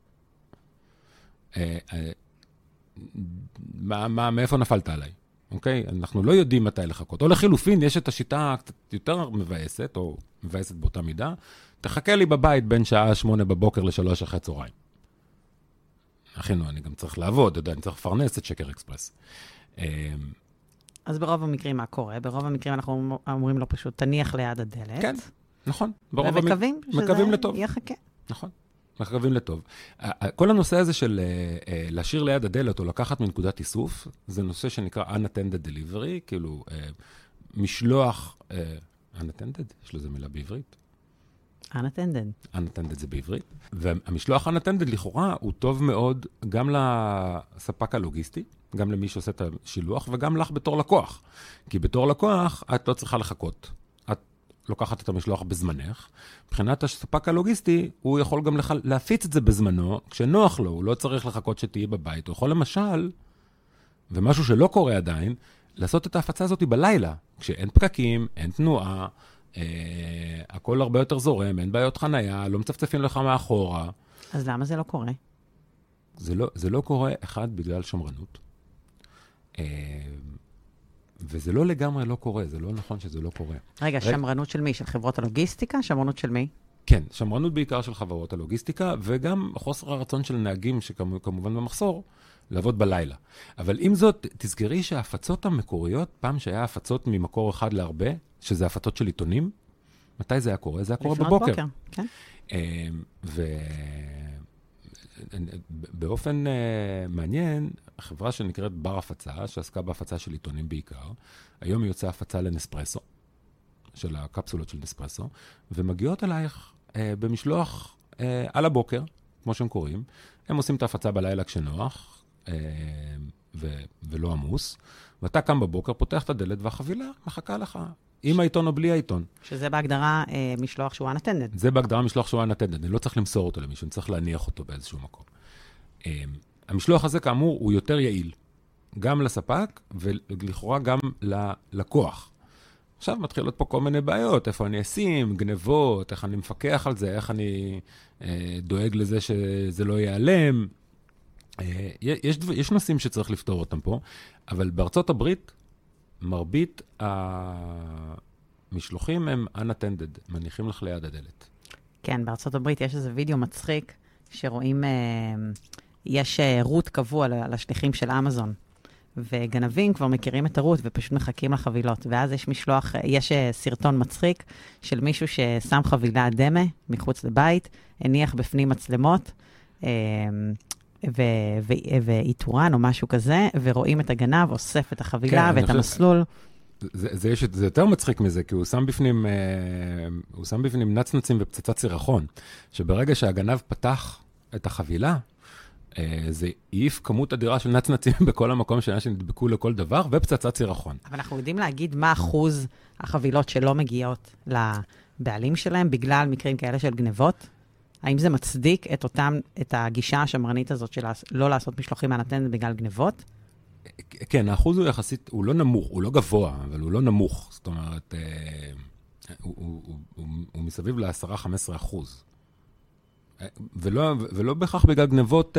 מאיפה נפלת עליי? אוקיי? אנחנו לא יודעים מתי לחכות. או לחילופין, יש את השיטה קצת יותר מבאסת, או מבאסת באותה מידה, תחכה לי בבית בין שעה 8 בבוקר ל3 אחרי צהריים. אחינו, אני גם צריך לעבוד, אני צריך לפרנס את שקר אקספרס. אז ברוב המקרים מה קורה? ברוב המקרים אנחנו אומרים לו פשוט, תניח ליד הדלת. כן, נכון. ומקווים שזה יחכה. נכון. מקווים לטוב. כל הנושא הזה של להשאיר ליד הדלת או לקחת מנקודת איסוף, זה נושא שנקרא unattended delivery, כאילו משלוח, unattended, יש לזה מילה בעברית? unattended. unattended זה בעברית. והמשלוח unattended לכאורה הוא טוב מאוד גם לספק הלוגיסטי, גם למי שעושה את השילוח, וגם לך בתור לקוח. כי בתור לקוח את לא צריכה לחכות. לוקחת את המשלוח בזמנך. מבחינת הספק הלוגיסטי, הוא יכול גם להפיץ את זה בזמנו, כשנוח לו, הוא לא צריך לחכות שתהיה בבית. הוא יכול למשל, ומשהו שלא קורה עדיין, לעשות את ההפצה הזאת בלילה, כשאין פקקים, אין תנועה, הכל הרבה יותר זורם, אין בעיות חנייה, לא מצפצפים לך מאחורה. אז למה זה לא קורה? זה לא קורה, אחד, בגלל שמרנות. וזה לא לגמרי לא קורה, זה לא נכון שזה לא קורה. רגע, שמרנות של מי? של חברות הלוגיסטיקה? שמרנות של מי? כן, שמרנות בעיקר של חברות הלוגיסטיקה, וגם חוסר הרצון של נהגים, שכמובן במחסור, לעבוד בלילה. אבל עם זאת, תזכרי שההפצות המקוריות, פעם שהיה הפצות ממקור אחד להרבה, שזה הפצות של עיתונים, מתי זה היה קורה? זה היה קורה בבוקר. כן. ובאופן מעניין, החברה שנקראת בר הפצה, שעסקה בהפצה של עיתונים בעיקר, היום היא יוצאה הפצה לנספרסו, של הקפסולות של נספרסו, ומגיעות אלייך במשלוח על הבוקר, כמו שהם קוראים. הם עושים את ההפצה בלילה כשנוח, ולא עמוס, ואתה קם בבוקר, פותח את הדלת, והחבילה מחכה לך, עם העיתון או בלי העיתון. שזה בהגדרה משלוח שהוא unattended. זה בהגדרה משלוח שהוא unattended. אני לא צריך למסור אותו למישהו, אני צריך להניח אותו באיזשהו מקום. המשלוח הזה, כאמור, הוא יותר יעיל. גם לספק, ולכאורה גם ללקוח. עכשיו מתחילות פה כל מיני בעיות, איפה אני אשים, גנבות, איך אני מפקח על זה, איך אני דואג לזה שזה לא ייעלם. יש נושאים שצריך לפתור אותם פה, אבל בארצות הברית, מרבית המשלוחים הם unattended, מניחים לך ליד הדלת. כן, בארצות הברית יש איזה וידאו מצחיק, שרואים, יש רוט קבוע לשליחים של אמזון, וגנבים כבר מכירים את הרוט ופשוט מחכים לחבילות, ואז יש משלוח, יש סרטון מצחיק של מישהו ששם חבילה דמה מחוץ לבית, הניח בפנים מצלמות, ואיתורן או משהו כזה, ורואים את הגנב, אוסף את החבילה ואת המסלול. זה יותר מצחיק מזה, כי הוא שם בפנים נצנצים ופצצת סירחון, שברגע שהגנב פתח את החבילה, זה העיף כמות אדירה של נצנצים בכל המקום שנדבקו לכל דבר, ופצצת סירחון. אבל אנחנו יודעים להגיד מה אחוז החבילות שלא מגיעות לבעלים שלהם, בגלל מקרים כאלה של גנבות? האם זה מצדיק את הגישה השמרנית הזאת של לא לעשות משלוחים unattended בגלל גנבות? כן, האחוז הוא יחסית, הוא לא נמוך, הוא לא גבוה, אבל הוא לא נמוך. זאת אומרת, הוא מסביב ל-10-15%. ולא בהכרח בגלל גנבות,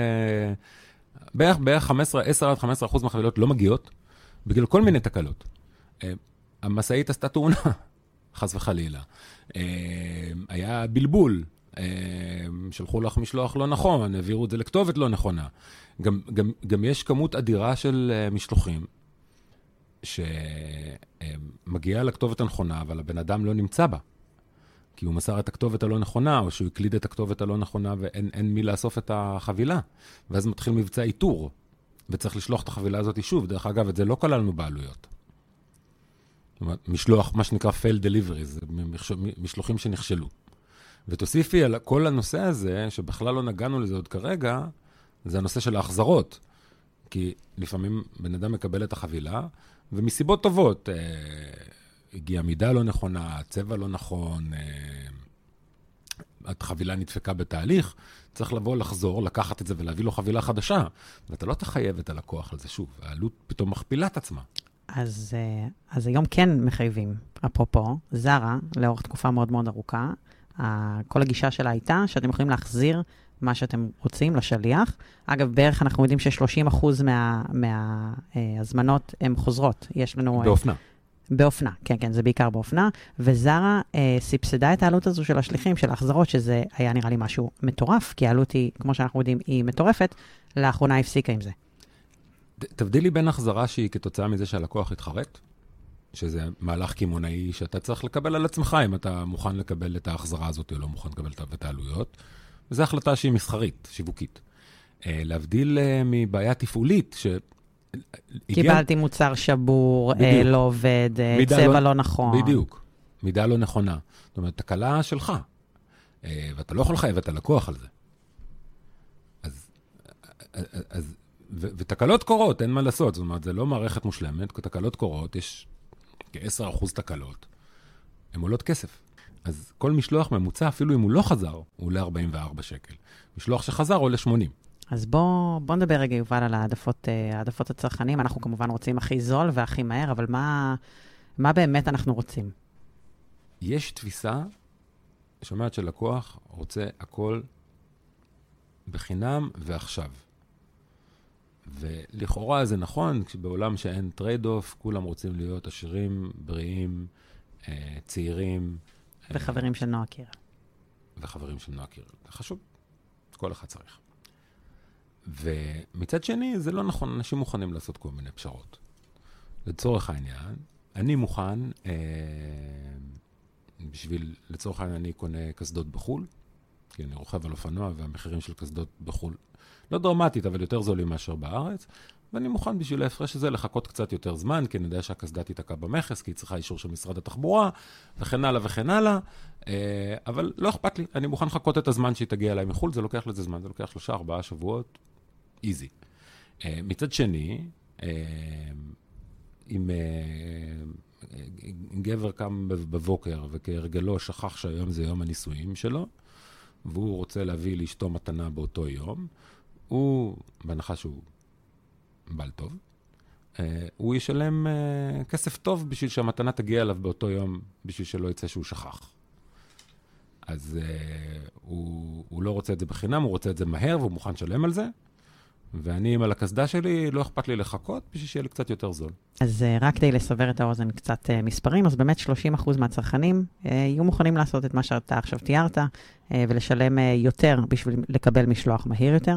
בערך 10-15% מהחבילות לא מגיעות, בגלל כל מיני תקלות. המשאית עשתה תאונה, חס וחלילה. היה בלבול. שלחו לך משלוח לא נכון, העבירו את זה לכתובת לא נכונה. גם יש כמות אדירה של משלוחים שמגיעה לכתובת הנכונה, אבל הבן אדם לא נמצא בה. כי הוא מסר את הכתובת הלא נכונה, או שהוא הקליד את הכתובת הלא נכונה, ואין מי לאסוף את החבילה. ואז מתחיל מבצע איתור, וצריך לשלוח את החבילה הזאת שוב. דרך אגב, את זה לא כללנו בעלויות. זאת אומרת, משלוח, מה שנקרא fail delivery, זה משלוחים שנכשלו. ותוסיפי על כל הנושא הזה, שבכלל לא נגענו לזה עוד כרגע, זה הנושא של ההחזרות. כי לפעמים בן אדם מקבל את החבילה, ומסיבות טובות, הגיעה מידה לא נכונה, צבע לא נכון, החבילה נדפקה בתהליך, צריך לבוא, לחזור, לקחת את זה ולהביא לו חבילה חדשה. ואתה לא תחייב את הלקוח על זה שוב, העלות פתאום מכפילה את עצמה. אז היום כן מחייבים. אפרופו, זרה, לאורך תקופה מאוד מאוד ארוכה, כל הגישה שלה הייתה שאתם יכולים להחזיר מה שאתם רוצים לשליח. אגב, בערך אנחנו יודעים ש30% מההזמנות הן חוזרות. יש לנו... באופנה. באופנה, כן, כן, זה בעיקר באופנה. וזרה סבסדה את העלות הזו של השליחים, של ההחזרות, שזה היה נראה לי משהו מטורף, כי העלות היא, כמו שאנחנו יודעים, היא מטורפת. לאחרונה הפסיקה עם זה. תבדילי בין החזרה שהיא כתוצאה מזה שהלקוח התחרט, שזה מהלך כימונאי שאתה צריך לקבל על עצמך, אם אתה מוכן לקבל את ההחזרה הזאת או לא מוכן לקבל את העלויות. וזו החלטה שהיא מסחרית, שיווקית. להבדיל מבעיה תפעולית, קיבלתי מוצר שבור, לא עובד, צבע לא נכון. בדיוק, מידה לא נכונה. זאת אומרת, תקלה שלך, ואתה לא יכול לחייב את הלקוח על זה. ותקלות קורות, אין מה לעשות. זאת אומרת, זה לא מערכת מושלמת, כי תקלות קורות, יש כ10% תקלות, הן עולות כסף. אז כל משלוח ממוצע, אפילו אם הוא לא חזר, הוא עולה 44 שקל. משלוח שחזר עולה 80. אז בוא נדבר רגע, יובל, על העדפות הצרכנים. אנחנו כמובן רוצים הכי זול והכי מהר, אבל מה באמת אנחנו רוצים? יש תפיסה, שאומרת שלקוח רוצה הכל בחינם ועכשיו. ולכאורה זה נכון, כשבעולם שאין טרייד-אוף, כולם רוצים להיות עשירים, בריאים, צעירים. וחברים של נועה קירל. וחברים של נועה קירל. זה חשוב, כל אחד צריך. ומצד שני, זה לא נכון, אנשים מוכנים לעשות כל מיני פשרות. לצורך העניין, אני מוכן, לצורך העניין אני קונה קסדות בחול, כי אני רוכב על אופנוע, והמחירים של קסדות בחול לא דרמטית, אבל יותר זולים מאשר בארץ, ואני מוכן בשביל ההפרש הזה לחכות קצת יותר זמן, כי אני יודע שהקסדה תתעקע במכס, כי היא צריכה אישור של משרד התחבורה, וכן הלאה וכן הלאה, אבל לא אכפת לי, אני מוכן לחכות את הזמן שהיא תגיע אליי מחול, זה לוקח לזה זמן, זה לוקח 3-4 שבועות, איזי. מצד שני, אם גבר קם בבוקר וכהרגלו שכח שהיום זה יום הנישואים שלו, והוא רוצה להביא לאשתו מתנה באותו יום, הוא, בהנחה שהוא בעל טוב, הוא ישלם כסף טוב בשביל שהמתנה תגיע אליו באותו יום, בשביל שלא יצא שהוא שכח. אז הוא לא רוצה את זה בחינם, הוא רוצה את זה מהר, והוא מוכן לשלם על זה, ואני עם על הקסדה שלי, לא אכפת לי לחכות, בשביל שיהיה לי קצת יותר זול. אז רק כדי לסבר את האוזן קצת מספרים, אז באמת 30% מהצרכנים יהיו מוכנים לעשות את מה שאתה עכשיו תיארת, ולשלם יותר בשביל לקבל משלוח מהיר יותר.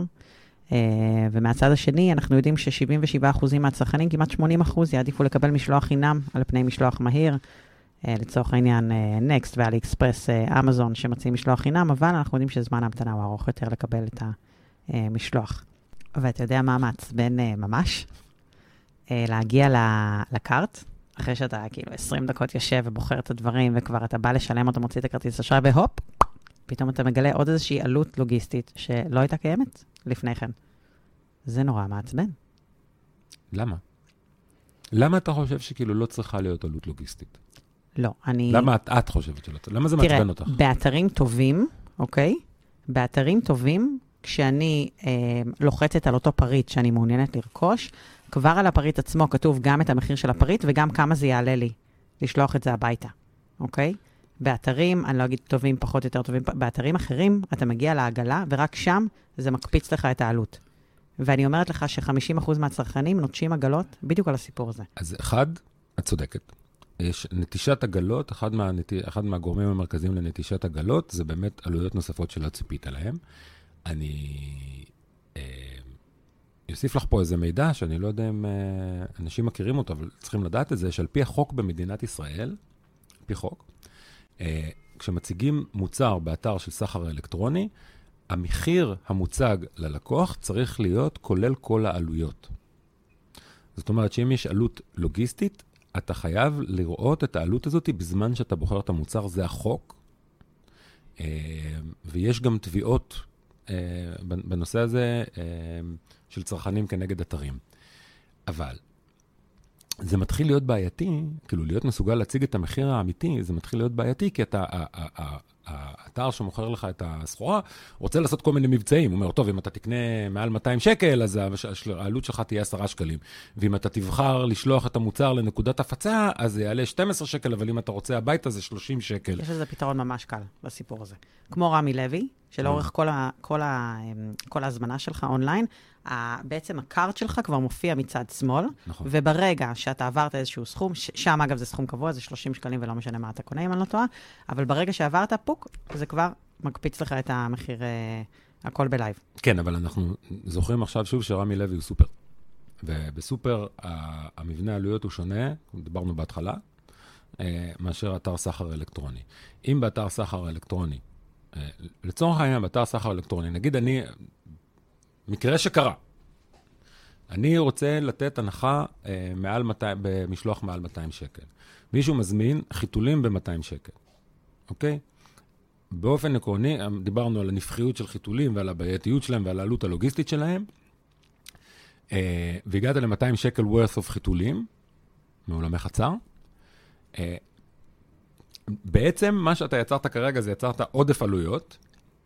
ומהצד השני, אנחנו יודעים ש77% מהצרכנים, כמעט 80% יעדיפו לקבל משלוח חינם על פני משלוח מהיר. לצורך העניין, נקסט ואלי אקספרס, אמזון שמציעים משלוח חינם, אבל אנחנו יודעים שזמן ההמתנה הוא ארוך יותר לקבל את המשלוח. ואתה יודע מה מעצבן ממש? להגיע לקארט, אחרי שאתה כאילו 20 דקות יושב ובוחר את הדברים, וכבר אתה בא לשלם אותו, מוציא את הכרטיס אשראי, והופ, פתאום אתה מגלה עוד איזושהי עלות לוגיסטית שלא הייתה קיימת לפני כן. זה נורא מעצבן. למה? למה אתה חושב שכאילו לא צריכה להיות עלות לוגיסטית? לא, אני... למה את חושבת שלא? למה זה מעצבן אותך? תראה, באתרים טובים, אוקיי? באתרים טובים, כשאני לוחצת על אותו פריט שאני מעוניינת לרכוש, כבר על הפריט עצמו כתוב גם את המחיר של הפריט, וגם כמה זה יעלה לי לשלוח את זה הביתה, אוקיי? באתרים, אני לא אגיד טובים, פחות יותר טובים, באתרים אחרים, אתה מגיע לעגלה, ורק שם זה מקפיץ לך את העלות. ואני אומרת לך ש50% מהצרכנים נוטשים עגלות בדיוק על הסיפור הזה. אז אחד, את צודקת. יש נטישת עגלות, אחד מהגורמים המרכזיים לנטישת עגלות, זה באמת עלויות נוספות שלא ציפית עליהן. אני אוסיף לך פה איזה מידע, שאני לא יודע אם אנשים מכירים אותו, אבל צריכים לדעת את זה, שעל פי החוק במדינת ישראל, על פי חוק, כשמציגים מוצר באתר של סחר אלקטרוני, המחיר המוצג ללקוח צריך להיות כולל כל העלויות. זאת אומרת שאם יש עלות לוגיסטית, אתה חייב לראות את העלות הזאת בזמן שאתה בוחר את המוצר, זה החוק. ויש גם תביעות בנושא הזה של צרכנים כנגד אתרים. אבל זה מתחיל להיות בעייתי, כאילו להיות מסוגל להציג את המחיר האמיתי, זה מתחיל להיות בעייתי, כי האתר שמוכר לך את הסחורה, רוצה לעשות כל מיני מבצעים. הוא אומר, טוב, אם אתה תקנה מעל 200 שקל, אז העלות שלך תהיה 10 שקלים. ואם אתה תבחר לשלוח את המוצר לנקודת הפצה, אז זה יעלה 12 שקל, אבל אם אתה רוצה הביתה, זה 30 שקל. יש לזה פתרון ממש קל לסיפור הזה. כמו רמי לוי, שלאורך כל ההזמנה שלך אונליין, בעצם הקארט שלך כבר מופיע מצד שמאל, נכון. וברגע שאתה עברת איזשהו סכום, שם אגב זה סכום קבוע, זה 30 שקלים ולא משנה מה אתה קונה אם אני לא טועה, אבל ברגע שעברת פוק, זה כבר מקפיץ לך את המחיר, הכל בלייב. כן, אבל אנחנו זוכרים עכשיו שוב שרמי לוי הוא סופר. ובסופר המבנה העלויות הוא שונה, דיברנו בהתחלה, מאשר אתר סחר אלקטרוני. אם באתר סחר אלקטרוני, לצורך העניין באתר סחר אלקטרוני, נגיד אני, מקרה שקרה, אני רוצה לתת הנחה במשלוח מעל 200 שקל. מישהו מזמין חיתולים ב-200 שקל. אוקיי? באופן עקרוני, דיברנו על הנפחיות של חיתולים ועל הבעייתיות שלהם ועל העלות הלוגיסטית שלהם, והגעת ל-200 שקל worth of חיתולים, מעולמי חצר. בעצם מה שאתה יצרת כרגע זה יצרת עודף עלויות,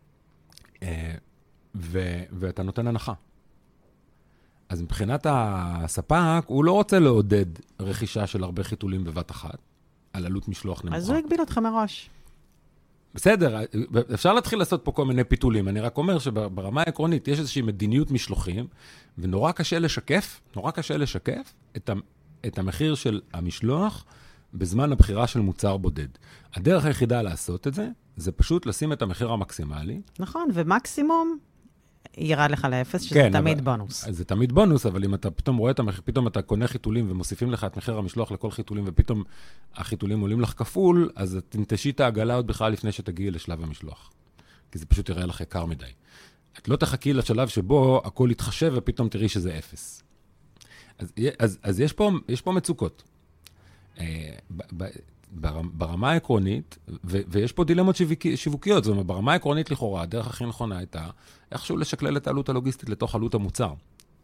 ואתה נותן הנחה. אז מבחינת הספק, הוא לא רוצה לעודד רכישה של הרבה חיתולים בבת אחת, על עלות משלוח נמוכה. אז הוא הגביל אותך מראש. בסדר, אפשר להתחיל לעשות פה כל מיני פיתולים. אני רק אומר שברמה העקרונית יש איזושהי מדיניות משלוחים, ונורא קשה לשקף את המחיר של המשלוח בזמן הבחירה של מוצר בודד. הדרך היחידה לעשות את זה, זה פשוט לשים את המחיר המקסימלי. נכון, ומקסימום ירד לך לאפס, שזה תמיד בונוס. זה תמיד בונוס, אבל אם אתה פתאום רואה את המחיר, פתאום אתה קונה חיתולים ומוסיפים לך את מחיר המשלוח לכל חיתולים, ופתאום החיתולים עולים לך כפול, אז תנטשי את העגלה עוד בכלל לפני שתגיעי לשלב המשלוח. כי זה פשוט יראה לך יקר מדי. את לא תחכי לשלב שבו הכל יתחשב ופתאום תראי שזה אפס. אז יש פה מצוקות. ברמה העקרונית, ויש פה דילמות שיווקיות, זאת אומרת, ברמה העקרונית לכאורה, הדרך הכי נכונה הייתה איכשהו לשקלל את העלות הלוגיסטית לתוך עלות המוצר.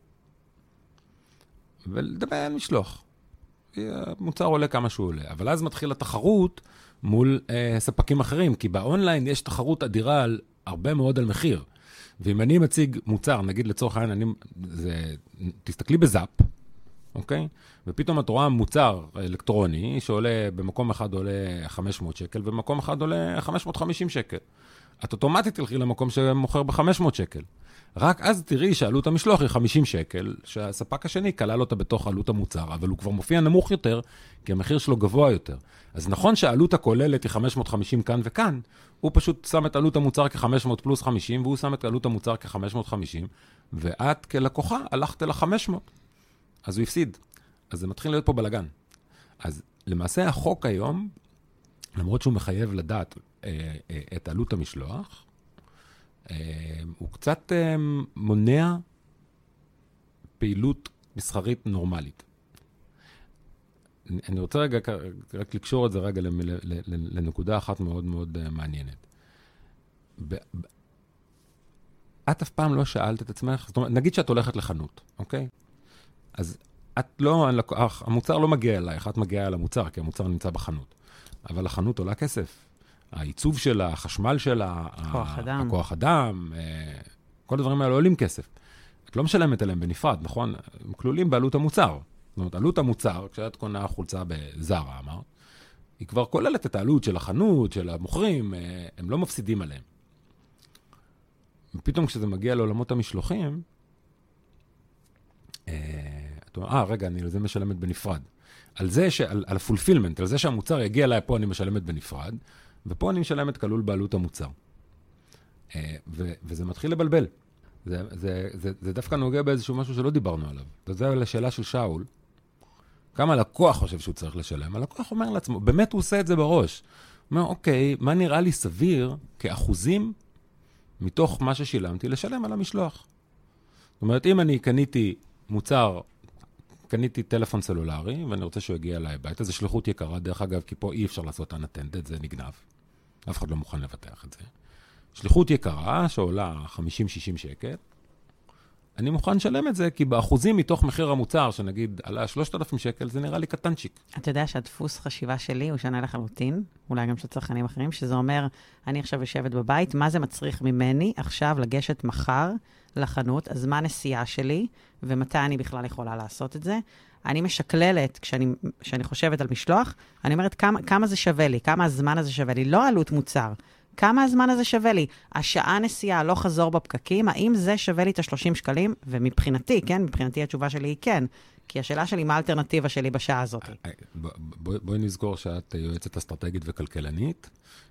ולדבר על משלוח. המוצר עולה כמה שהוא עולה, אבל אז מתחילה התחרות מול ספקים אחרים, כי באונליין יש תחרות אדירה על הרבה מאוד על מחיר. ואם אני מציג מוצר, נגיד לצורך העניין, תסתכלי בזאפ, אוקיי? ופתאום את רואה מוצר אלקטרוני שעולה, במקום אחד עולה 500 שקל, ובמקום אחד עולה 550 שקל. את אוטומטית תלכי למקום שמוכר ב-500 שקל. רק אז תראי שעלות המשלוח היא 50 שקל, שהספק השני כלל אותה בתוך עלות המוצר, אבל הוא כבר מופיע נמוך יותר, כי המחיר שלו גבוה יותר. אז נכון שהעלות הכוללת היא 550 כאן וכאן, הוא פשוט שם את עלות המוצר כ-500 פלוס 50, והוא שם את עלות המוצר כ-550, ואת כלקוחה הלכת ל-500. אז הוא הפסיד. אז זה מתחיל להיות פה בלגן. אז למעשה החוק היום, למרות שהוא מחייב לדעת את עלות המשלוח, הוא קצת מונע פעילות מסחרית נורמלית. אני רוצה רגע רק לקשור את זה רגע לנקודה אחת מאוד מאוד מעניינת. את אף פעם לא שאלת את עצמך, זאת אומרת, נגיד שאת הולכת לחנות, אוקיי? אז המוצר לא מגיע אלייך, את מגיעה אל המוצר, כי המוצר נמצא בחנות. אבל החנות עולה כסף. העיצוב שלה, החשמל שלה, הכוח אדם, כל הדברים האלה עולים כסף. את לא משלמת עליהם בנפרד, נכון? הם כלולים בעלות המוצר. זאת אומרת, עלות המוצר, כשאת קונה חולצה בזרה, אמרת, היא כבר כוללת את העלות של החנות, של המוכרים, הם לא מפסידים עליהם. ופתאום כשזה מגיע לעולמות המשלוחים, את אומרת, רגע, אני לזה משלמת בנפרד. על זה, על הפולפילמנט, על זה שהמוצר יגיע אליי, פה אני משלמת בנפרד, ופה אני משלמת כלול בעלות המוצר. וזה מתחיל לבלבל. זה דווקא נוגע באיזשהו משהו שלא דיברנו עליו. וזה לשאלה של שאול. כמה הלקוח חושב שהוא צריך לשלם? הלקוח אומר לעצמו, באמת הוא עושה את זה בראש. הוא אומר, אוקיי, מה נראה לי סביר כאחוזים מתוך מה ששילמתי לשלם על המשלוח? זאת אומרת, אם אני קניתי טלפון סלולרי, ואני רוצה שהוא יגיע אליי הביתה, זה שליחות יקרה, דרך אגב, כי פה אי אפשר לעשות unattended, זה נגנב. אף אחד לא מוכן לבטח את זה. שליחות יקרה, שעולה 50-60 שקל, אני מוכן לשלם את זה, כי באחוזים מתוך מחיר המוצר, שנגיד עלה 3,000 שקל, זה נראה לי קטנצ'יק. אתה יודע שהדפוס חשיבה שלי הוא שונה לחלוטין, אולי גם של צרכנים אחרים, שזה אומר, אני עכשיו יושבת בבית, מה זה מצריך ממני עכשיו לגשת מחר לחנות, אז מה הנסיעה שלי, ומתי אני בכלל יכולה לעשות את זה. אני משקללת, כשאני חושבת על משלוח, אני אומרת כמה זה שווה לי, כמה הזמן הזה שווה לי, לא עלות מוצר, כמה הזמן הזה שווה לי, השעה נסיעה, לא חזור בפקקים, האם זה שווה לי את ה-30 שקלים? ומבחינתי, כן, מבחינתי התשובה שלי היא כן, כי השאלה שלי, מה האלטרנטיבה שלי בשעה הזאת? בואי נזכור שאת יועצת אסטרטגית וכלכלנית,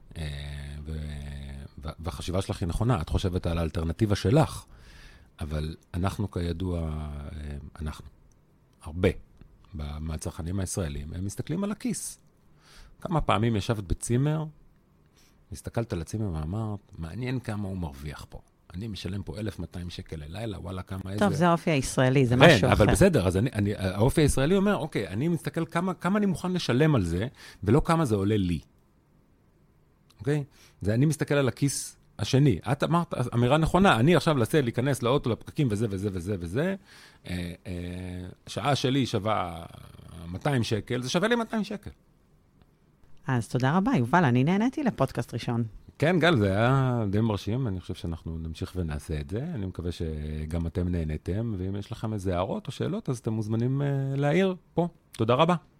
והחשיבה שלך היא נכונה, את חושבת על האלטרנטיבה שלך, אבל אנחנו כידוע, הרבה, מהצרכנים הישראלים, הם מסתכלים על הכיס. כמה פעמים ישבת בצימר, הסתכלת על הצימר ואמרת, מעניין כמה הוא מרוויח פה. אני משלם פה 1,200 שקל ללילה, וואלה, כמה איזה... טוב, זה האופי הישראלי, זה משהו אחר. אבל בסדר, אז האופי הישראלי אומר, אוקיי, אני מסתכל כמה אני מוכן לשלם על זה, ולא כמה זה עולה לי. אוקיי? זה אני מסתכל על הכיס השני. את אמרת, אמירה נכונה, אני עכשיו להיכנס לאוטו, לפקקים וזה וזה וזה וזה, שעה שלי שווה 200 שקל, זה שווה לי 200 שקל. אז תודה רבה, יובל, אני נהניתי לפודקאסט ראשון. כן, גל, זה היה די מרשים, אני חושב שאנחנו נמשיך ונעשה את זה, אני מקווה שגם אתם נהניתם, ואם יש לכם איזה הערות או שאלות, אז אתם מוזמנים להעיר פה. תודה רבה.